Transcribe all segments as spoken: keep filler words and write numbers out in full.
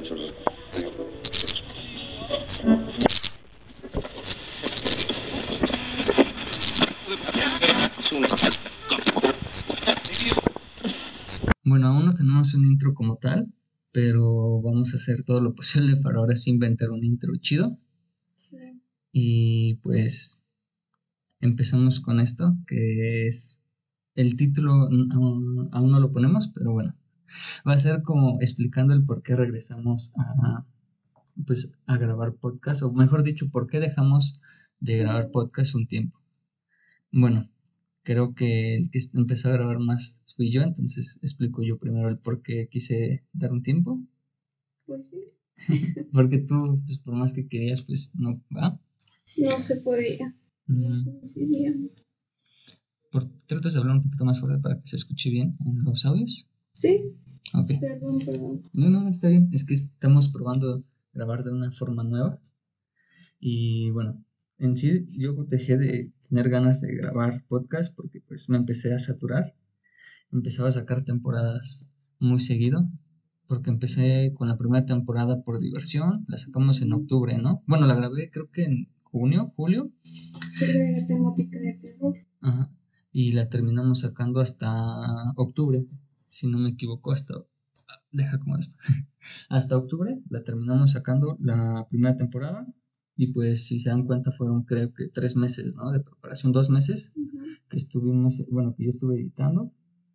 Bueno, aún no tenemos un intro como tal, pero vamos a hacer todo lo posible para ahora sí inventar un intro chido. Sí. Y pues empezamos con esto, que es el título, aún, aún no lo ponemos, pero bueno, va a ser como explicando el por qué regresamos a, pues, a grabar podcast, o mejor dicho, por qué dejamos de grabar podcast un tiempo. Bueno, creo que el que empezó a grabar más fui yo, entonces explico yo primero el por qué quise dar un tiempo. Pues sí. Porque tú, pues, por más que querías, pues no va. No se podía. No Mm, coincidía. ¿por qué tratas de hablar un poquito más fuerte para que se escuche bien en los audios? Sí. Ok. Perdón, perdón. No, no, está bien. Es que estamos probando grabar de una forma nueva. Y bueno, en sí yo dejé de tener ganas de grabar podcast porque pues me empecé a saturar. Empezaba a sacar temporadas muy seguido. Porque empecé con la primera temporada por diversión. La sacamos en octubre, ¿no? Bueno, la grabé creo que en junio, julio. Sobre la temática de terror. Ajá. Y la terminamos sacando hasta octubre, si no me equivoco, hasta... Deja como esto. Hasta octubre la terminamos sacando la primera temporada. Y pues si se dan cuenta fueron creo que tres meses, ¿no? De preparación, dos meses Ujú. que estuvimos, bueno, que yo estuve editando.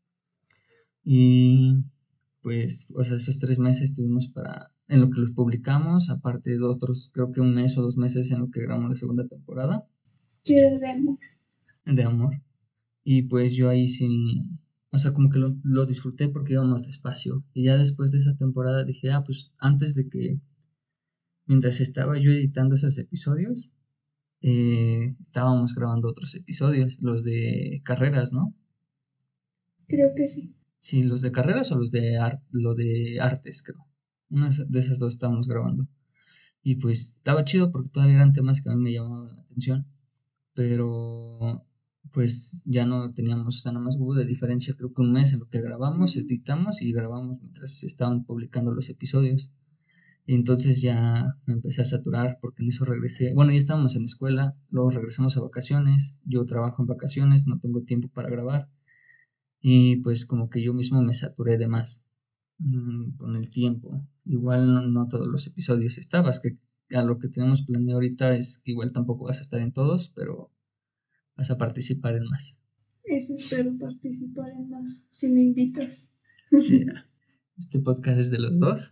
Y pues, o sea, esos tres meses tuvimos para, en lo que los publicamos, aparte de otros, creo que un mes o dos meses en lo que grabamos la segunda temporada Quiero demo. de amor. Y pues yo ahí sí, o sea, como que lo, lo disfruté porque íbamos despacio. Y ya después de esa temporada dije, ah, pues antes de que, mientras estaba yo editando esos episodios, eh, estábamos grabando otros episodios, los de carreras, ¿no? Creo que sí. Sí, los de carreras o los de art, lo de artes, creo. Una de esas dos estábamos grabando. Y pues estaba chido porque todavía eran temas que a mí me llamaban la atención. Pero pues ya no teníamos, o sea, nada más hubo de diferencia creo que un mes en lo que grabamos, editamos y grabamos mientras se estaban publicando los episodios. Y entonces ya me empecé a saturar porque en eso regresé, bueno, ya estábamos en la escuela, luego regresamos a vacaciones, yo trabajo en vacaciones, no tengo tiempo para grabar y pues como que yo mismo me saturé de más mm, con el tiempo. Igual no, no todos los episodios estabas, que a lo que tenemos planeado ahorita es que igual tampoco vas a estar en todos, pero vas a participar en más. Eso espero participar en más. Si me invitas. Sí, este podcast es de los dos.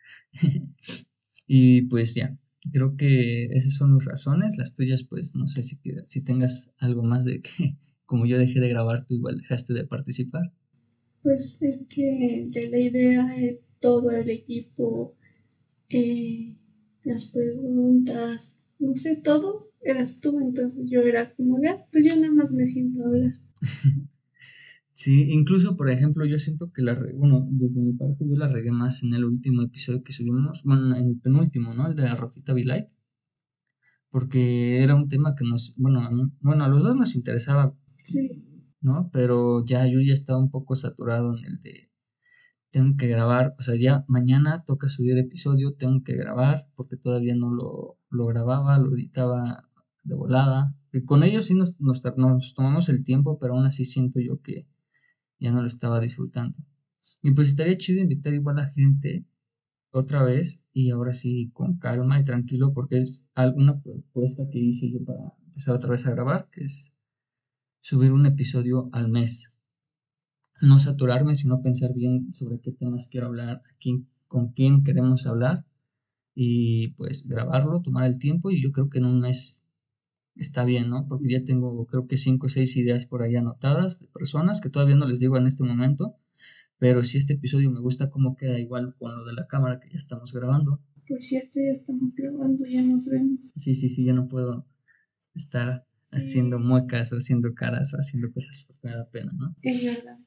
Y pues ya, creo que esas son mis razones. Las tuyas, pues no sé si, si tengas algo más de que, como yo dejé de grabar, tú igual dejaste de participar. Pues es que de la idea de todo el equipo, eh, las preguntas, no sé, todo eras tú, entonces yo era como de, ah, pues yo nada más me siento a hablar. Sí, incluso, por ejemplo, yo siento que la, re- bueno, desde mi parte yo la regué más en el último episodio que subimos, bueno, en el penúltimo, ¿no? El de la Rojita Be Like, porque era un tema que nos, bueno, a mí- bueno, a los dos nos interesaba, Sí, ¿no? Pero ya yo ya estaba un poco saturado en el de tengo que grabar, o sea, ya mañana toca subir episodio, tengo que grabar, porque todavía no lo, lo grababa, lo editaba de volada. Y con ellos sí nos, nos, nos tomamos el tiempo, pero aún así siento yo que ya no lo estaba disfrutando. Y pues estaría chido invitar igual a gente otra vez y ahora sí con calma y tranquilo, porque es alguna propuesta que hice yo para empezar otra vez a grabar, que es subir un episodio al mes. No saturarme, sino pensar bien sobre qué temas quiero hablar, a quién, con quién queremos hablar y pues grabarlo, tomar el tiempo y yo creo que en un mes está bien, ¿no? Porque ya tengo creo que cinco o seis ideas por ahí anotadas de personas que todavía no les digo en este momento, pero si este episodio me gusta cómo queda igual con lo de la cámara que ya estamos grabando. por cierto, ya estamos grabando, ya nos vemos. Sí, sí, sí, ya no puedo estar haciendo Sí, muecas o haciendo caras o haciendo cosas porque me da pena, ¿no? es verdad.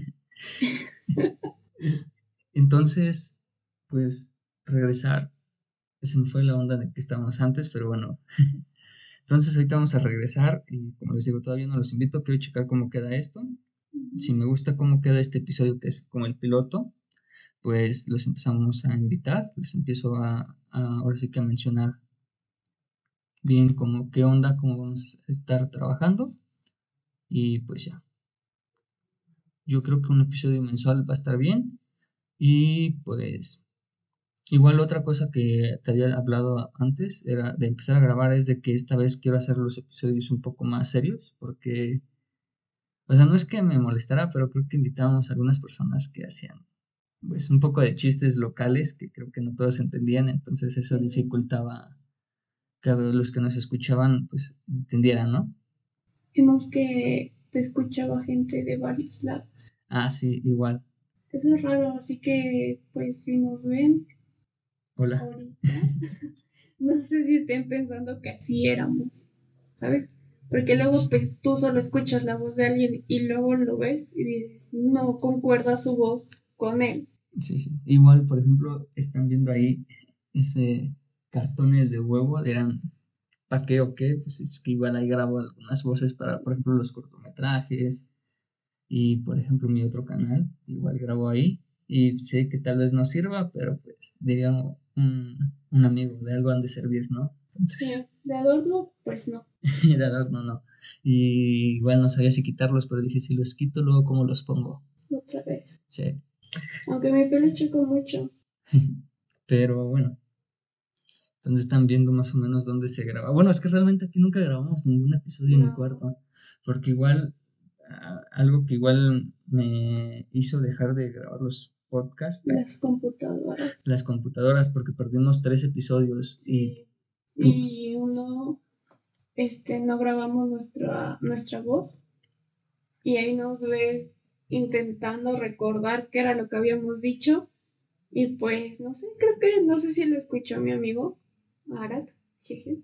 Entonces, pues regresar, se me fue la onda de que estábamos antes, pero bueno. Entonces ahorita vamos a regresar y como les digo, todavía no los invito, quiero checar cómo queda esto. Si me gusta cómo queda este episodio que es como el piloto, pues los empezamos a invitar, les empiezo a, a ahora sí que a mencionar bien como qué onda, cómo vamos a estar trabajando y pues ya, yo creo que un episodio mensual va a estar bien y pues igual otra cosa que te había hablado antes era de empezar a grabar es de que esta vez quiero hacer los episodios un poco más serios porque, o sea, no es que me molestara, pero creo que invitábamos a algunas personas que hacían pues un poco de chistes locales que creo que no todos entendían, entonces eso dificultaba que los que nos escuchaban pues entendieran, ¿no? Vimos que te escuchaba gente de varios lados. Ah, sí, igual. Eso es raro, así que pues si nos ven Hola. ahorita, no sé si estén pensando que así éramos, ¿sabes? Porque luego pues tú solo escuchas la voz de alguien y luego lo ves y dices, no concuerda su voz con él. Sí, sí. Igual, por ejemplo, están viendo ahí ese cartones de huevo, eran ¿para qué o qué? Pues es que igual ahí grabo algunas voces para, por ejemplo, los cortometrajes y, por ejemplo, mi otro canal, igual grabo ahí y sé que tal vez no sirva, pero pues diría un, un amigo, de algo han de servir, ¿no? Sí, Entonces, de adorno, pues no. de adorno no. Y igual no sabía si quitarlos, pero dije, si los quito, luego cómo los pongo. Otra vez. Sí. Aunque mi pelo chocó mucho. Pero bueno, entonces están viendo más o menos dónde se graba. Bueno, es que realmente aquí nunca grabamos ningún episodio en mi No, cuarto, porque igual, ah, algo que igual me hizo dejar de grabar los podcasts, las computadoras. las computadoras, porque perdimos tres episodios y Sí. tú, Y uno, este, no grabamos nuestra, nuestra voz. Y ahí nos ves intentando recordar qué era lo que habíamos dicho. Y pues, no sé, creo que, no sé si lo escuchó mi amigo, Arat. Jeje.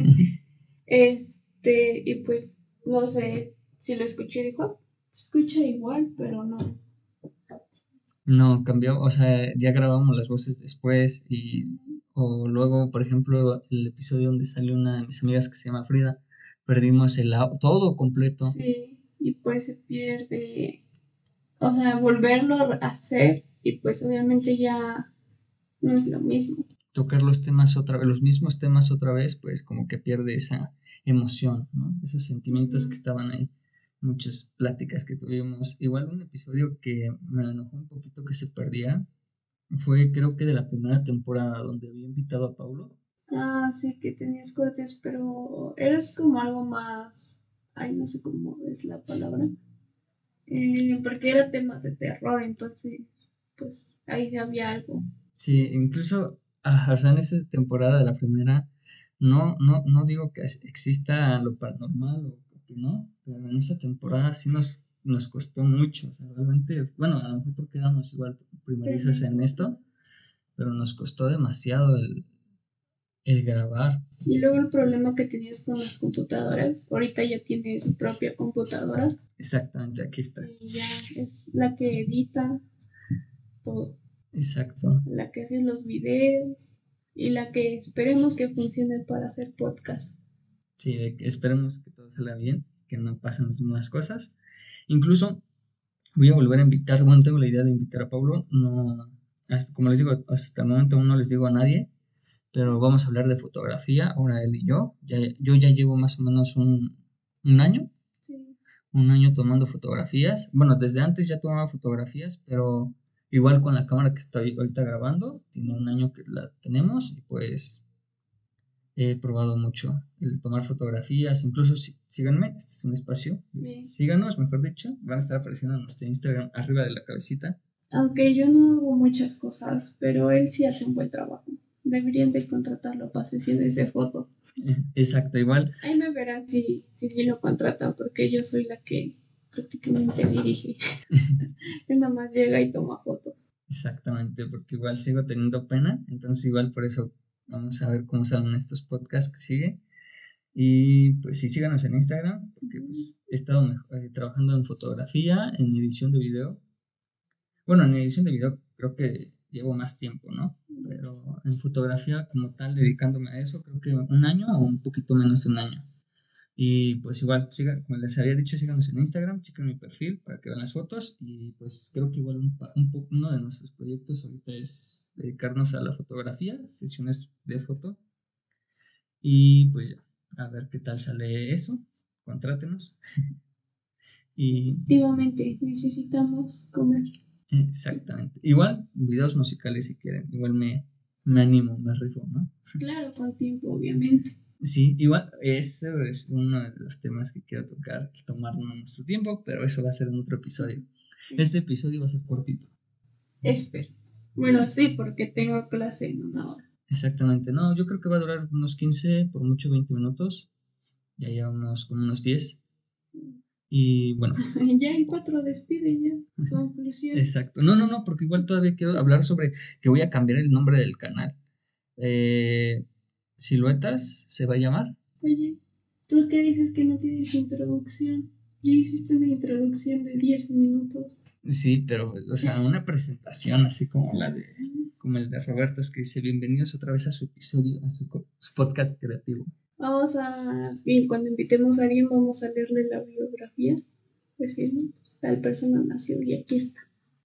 Este, y pues, no sé si lo escuchó y dijo, "Ah, se escucha igual, pero no". no cambió, o sea, ya grabamos las voces después y, o luego, por ejemplo, el episodio donde salió una de mis amigas que se llama Frida, perdimos el au- todo completo. Sí, y pues se pierde, o sea, volverlo a hacer y pues obviamente ya no es lo mismo. Tocar los temas otra vez, los mismos temas otra vez, pues como que pierde esa emoción, ¿no? Esos sentimientos que Ujú. estaban ahí, muchas pláticas que tuvimos. Igual un episodio que me enojó un poquito que se perdiera fue creo que de la primera temporada donde había invitado a Paulo. Ah, sí que tenías cortes, pero eres como algo más, ay, no sé cómo es la palabra, eh, porque era temas de terror, entonces, pues ahí había algo. Sí, incluso, ah, o sea, en esa temporada de la primera, no, no, no digo que es- exista lo paranormal o que no, pero en esa temporada sí nos, nos costó mucho, o sea, realmente, bueno, a lo mejor porque éramos igual primerizos en Permisos. esto, pero nos costó demasiado el, el grabar. Y luego el problema que tenías con las computadoras, ahorita ya tiene su propia computadora Exactamente, aquí está. y ya es la que edita todo, Exacto. la que hace los videos y la que esperemos que funcione para hacer podcast. Sí, de que esperemos que todo salga bien, que no pasen las mismas cosas. Incluso voy a volver a invitar, bueno, tengo la idea de invitar a Pablo, no, hasta- como les digo, hasta el momento aún no les digo a nadie, pero vamos a hablar de fotografía, ahora él y yo. Ya, yo ya llevo más o menos un, un año, Sí. un año tomando fotografías. Bueno, desde antes ya tomaba fotografías, pero igual con la cámara que estoy ahorita grabando, tiene un año que la tenemos y pues he probado mucho el tomar fotografías, incluso sí- síganme, este es un espacio, Sí. síganos, mejor dicho, van a estar apareciendo en nuestro Instagram arriba de la cabecita. Aunque yo no hago muchas cosas, pero él sí hace un buen trabajo. Deberían de contratarlo para sesiones de foto. Exacto, igual, Ahí me verán si, si, si lo contratan, porque yo soy la que prácticamente dirige. Él nomás llega y toma fotos. exactamente, porque igual sigo teniendo pena, entonces igual por eso vamos a ver cómo salen estos podcasts que siguen. Y pues sí, síganos en Instagram, porque pues he estado mejor- eh, trabajando en fotografía, en edición de video. Bueno, en edición de video creo que llevo más tiempo, ¿no? Pero en fotografía como tal, dedicándome a eso, creo que un año o un poquito menos de un año. Y pues igual, sigan, como les había dicho, síganos en Instagram, chequen mi perfil para que vean las fotos y pues creo que igual un, pa- un, po- uno de nuestros proyectos ahorita es dedicarnos a la fotografía, sesiones de foto. Y pues ya, a ver qué tal sale eso. Contrátenos. Y Efectivamente, necesitamos comer. exactamente. Igual, videos musicales si quieren. Igual me, me animo, me rifo, ¿no? Claro, con tiempo, obviamente. Sí, igual, eso es uno de los temas que quiero tocar y tomarnos nuestro tiempo, pero eso va a ser en otro episodio. Este episodio va a ser cortito. Espero. Bueno, sí, porque tengo clase en una hora. Exactamente, no, yo creo que va a durar unos quince, por mucho veinte minutos. Ya llevamos como unos diez. Y bueno. Ya en cuatro despide ya. Conclusión. Exacto. No, no, no, porque igual todavía quiero hablar sobre que voy a cambiar el nombre del canal. Eh, Siluetas se va a llamar. Oye, ¿tú qué dices que no tienes introducción? Ya hiciste una introducción de diez minutos. Sí, pero, o sea, una presentación así como la de, como el de Roberto, es que dice, bienvenidos otra vez a su episodio, a su, su podcast creativo. Vamos a, bien, cuando invitemos a alguien vamos a leerle la biografía. Pues sí, ¿no? Pues, tal persona nació y aquí está.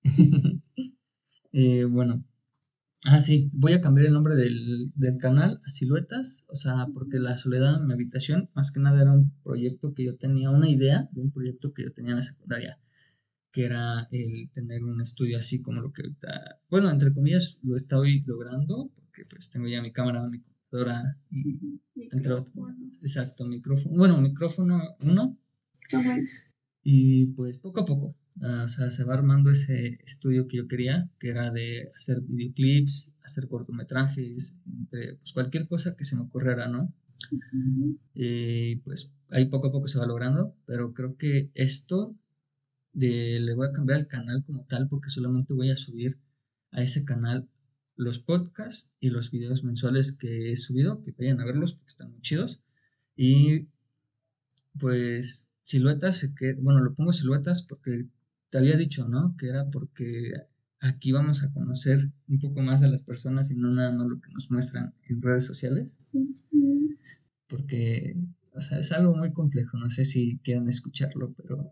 eh, bueno, ah, sí, voy a cambiar el nombre del, del canal a Siluetas, o sea, porque La Soledad en mi habitación, más que nada era un proyecto que yo tenía, una idea de un proyecto que yo tenía en la secundaria, que era el tener un estudio así como lo que ahorita, bueno, entre comillas, lo estoy logrando, porque pues tengo ya mi cámara, mi computadora y entre otros, exacto, micrófono, bueno, micrófono uno, Ajá. y pues poco a poco, uh, o sea, se va armando ese estudio que yo quería, que era de hacer videoclips, hacer cortometrajes, entre pues cualquier cosa que se me ocurriera, ¿no? Uh-huh. Y pues ahí poco a poco se va logrando, pero creo que esto de le voy a cambiar el canal como tal porque solamente voy a subir a ese canal los podcasts y los videos mensuales que he subido, que vayan a verlos porque están muy chidos. Y pues Siluetas, que, bueno, lo pongo Siluetas porque te había dicho, ¿no? Que era porque aquí vamos a conocer un poco más a las personas y no nada más lo que nos muestran en redes sociales. Porque, o sea, es algo muy complejo, no sé si quieran escucharlo, pero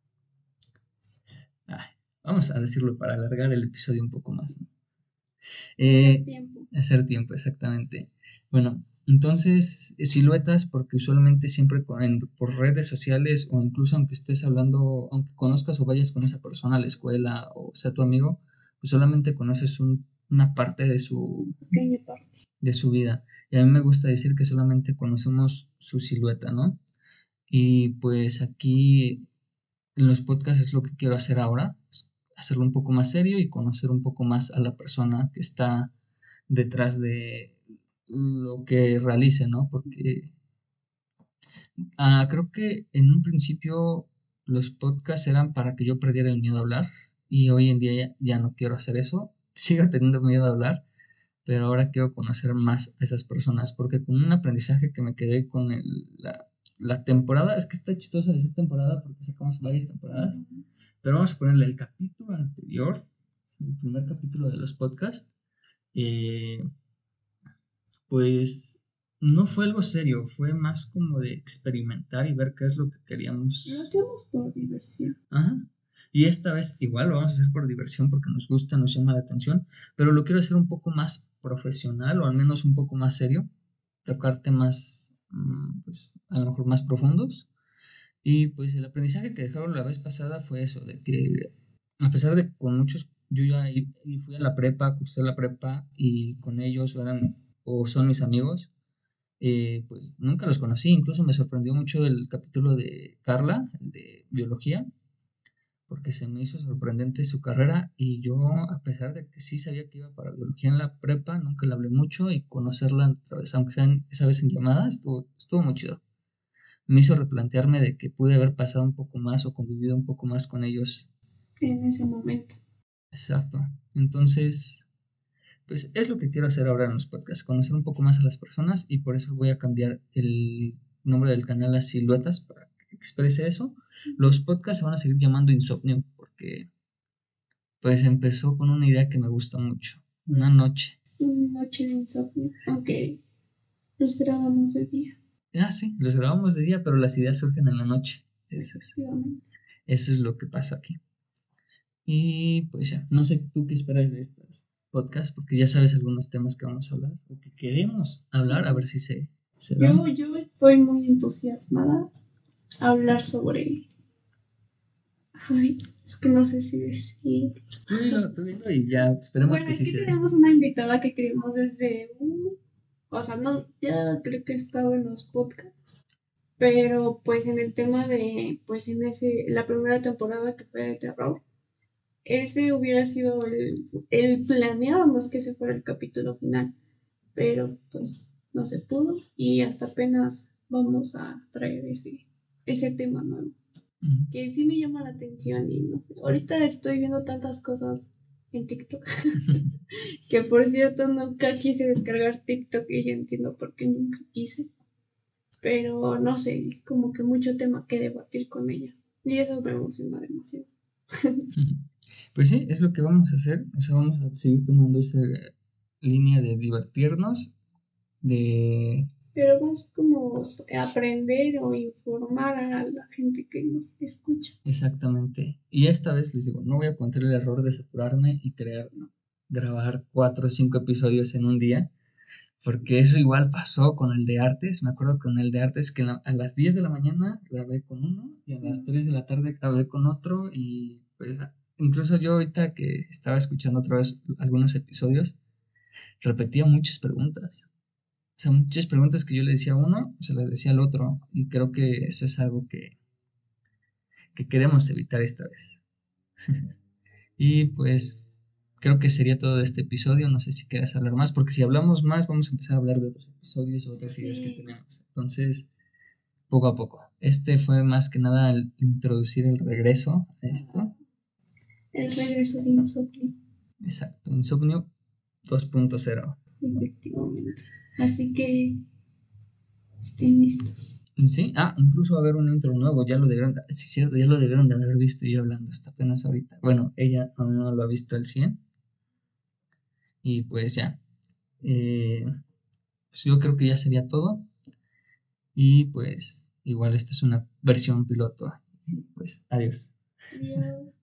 Ay, vamos a decirlo para alargar el episodio un poco más, ¿no? Eh, hacer tiempo. Hacer tiempo, exactamente. Bueno, entonces, Siluetas, porque usualmente siempre en, por redes sociales o incluso aunque estés hablando, aunque conozcas o vayas con esa persona a la escuela o sea tu amigo, pues solamente conoces un, una parte de su, parte de su vida. Y a mí me gusta decir que solamente conocemos su silueta, ¿no? Y pues aquí en los podcasts es lo que quiero hacer ahora, hacerlo un poco más serio y conocer un poco más a la persona que está detrás de lo que realice, ¿no? Porque ah, creo que en un principio los podcasts eran para que yo perdiera el miedo a hablar y hoy en día ya, ya no quiero hacer eso, sigo teniendo miedo a hablar, pero ahora quiero conocer más a esas personas porque con un aprendizaje que me quedé con el, la, la temporada, es que está chistoso decir temporada porque sacamos varias temporadas, uh-huh. Pero vamos a ponerle el capítulo anterior, el primer capítulo de los podcasts, eh, pues no fue algo serio, fue más como de experimentar y ver qué es lo que queríamos. Lo hacemos por diversión. Ajá. Y esta vez igual lo vamos a hacer por diversión porque nos gusta, nos llama la atención, pero lo quiero hacer un poco más profesional o al menos un poco más serio, tocar temas pues a lo mejor más profundos. Y pues el aprendizaje que dejaron la vez pasada fue eso, de que a pesar de que con muchos, yo ya fui a la prepa, cursé la prepa y con ellos eran o son mis amigos, eh, pues nunca los conocí, incluso me sorprendió mucho el capítulo de Carla, el de biología, porque se me hizo sorprendente su carrera y yo, a pesar de que sí sabía que iba para biología en la prepa, nunca le hablé mucho y conocerla otra vez, aunque sea esa vez en llamada, estuvo, estuvo muy chido. Me hizo replantearme de que pude haber pasado un poco más o convivido un poco más con ellos en ese momento. Exacto. Entonces, pues es lo que quiero hacer ahora en los podcasts, conocer un poco más a las personas y por eso voy a cambiar el nombre del canal a Siluetas para que exprese eso. Los podcasts se van a seguir llamando Insomnio porque pues empezó con una idea que me gusta mucho, una noche. Una noche de insomnio, aunque los grabamos de día. Ah, sí, los grabamos de día, pero las ideas surgen en la noche. Eso es, eso es lo que pasa aquí. Y pues ya, no sé tú qué esperas de estos podcasts, porque ya sabes algunos temas que vamos a hablar o que queremos hablar, a ver si se, se Yo, dan. yo estoy muy entusiasmada a hablar sobre... Ay, es que no sé si decir... Tú dilo, tú dilo y ya esperemos Bueno, que es sí que se dé. tenemos una invitada que queremos desde... Uh, o sea, no, ya creo que ha estado en los podcasts, pero pues en el tema de, pues en ese, la primera temporada que fue de terror, ese hubiera sido el, el planeábamos que ese fuera el capítulo final, pero pues no se pudo y hasta apenas vamos a traer ese, ese tema nuevo, Ujú. que sí me llama la atención y no sé, ahorita estoy viendo tantas cosas en TikTok, que por cierto nunca quise descargar TikTok y ya entiendo por qué nunca quise, pero no sé, es como que mucho tema que debatir con ella y eso me emociona demasiado. Pues sí, es lo que vamos a hacer. O sea, vamos a seguir tomando esa línea de divertirnos, de... Pero más como aprender o informar a la gente que nos escucha. Exactamente. Y esta vez les digo, no voy a cometer el error de saturarme y crear, no, grabar cuatro o cinco episodios en un día, porque eso igual pasó con el de artes. Me acuerdo con el de artes que la- a las diez de la mañana grabé con uno y a las tres de la tarde grabé con otro y pues incluso yo ahorita que estaba escuchando otra vez algunos episodios, repetía muchas preguntas. O sea, muchas preguntas que yo le decía a uno, se las decía al otro y creo que eso es algo que, que queremos evitar esta vez. Y pues creo que sería todo de este episodio. No sé si quieras hablar más, porque si hablamos más vamos a empezar a hablar de otros episodios o otras ideas que Sí, tenemos. Entonces, poco a poco. Este fue más que nada el introducir el regreso a esto. el regreso de Insomnio, Exacto, Insomnio dos punto cero. efectivamente. Así que estén listos. Sí, ah, incluso va a haber un intro nuevo, ya lo debieron, de- sí, cierto, ya lo debieron de haber visto yo hablando hasta apenas ahorita. Bueno, ella aún no lo ha visto al cien y pues ya. Eh, pues yo creo que ya sería todo. Y pues igual esta es una versión piloto. Pues adiós. Adiós.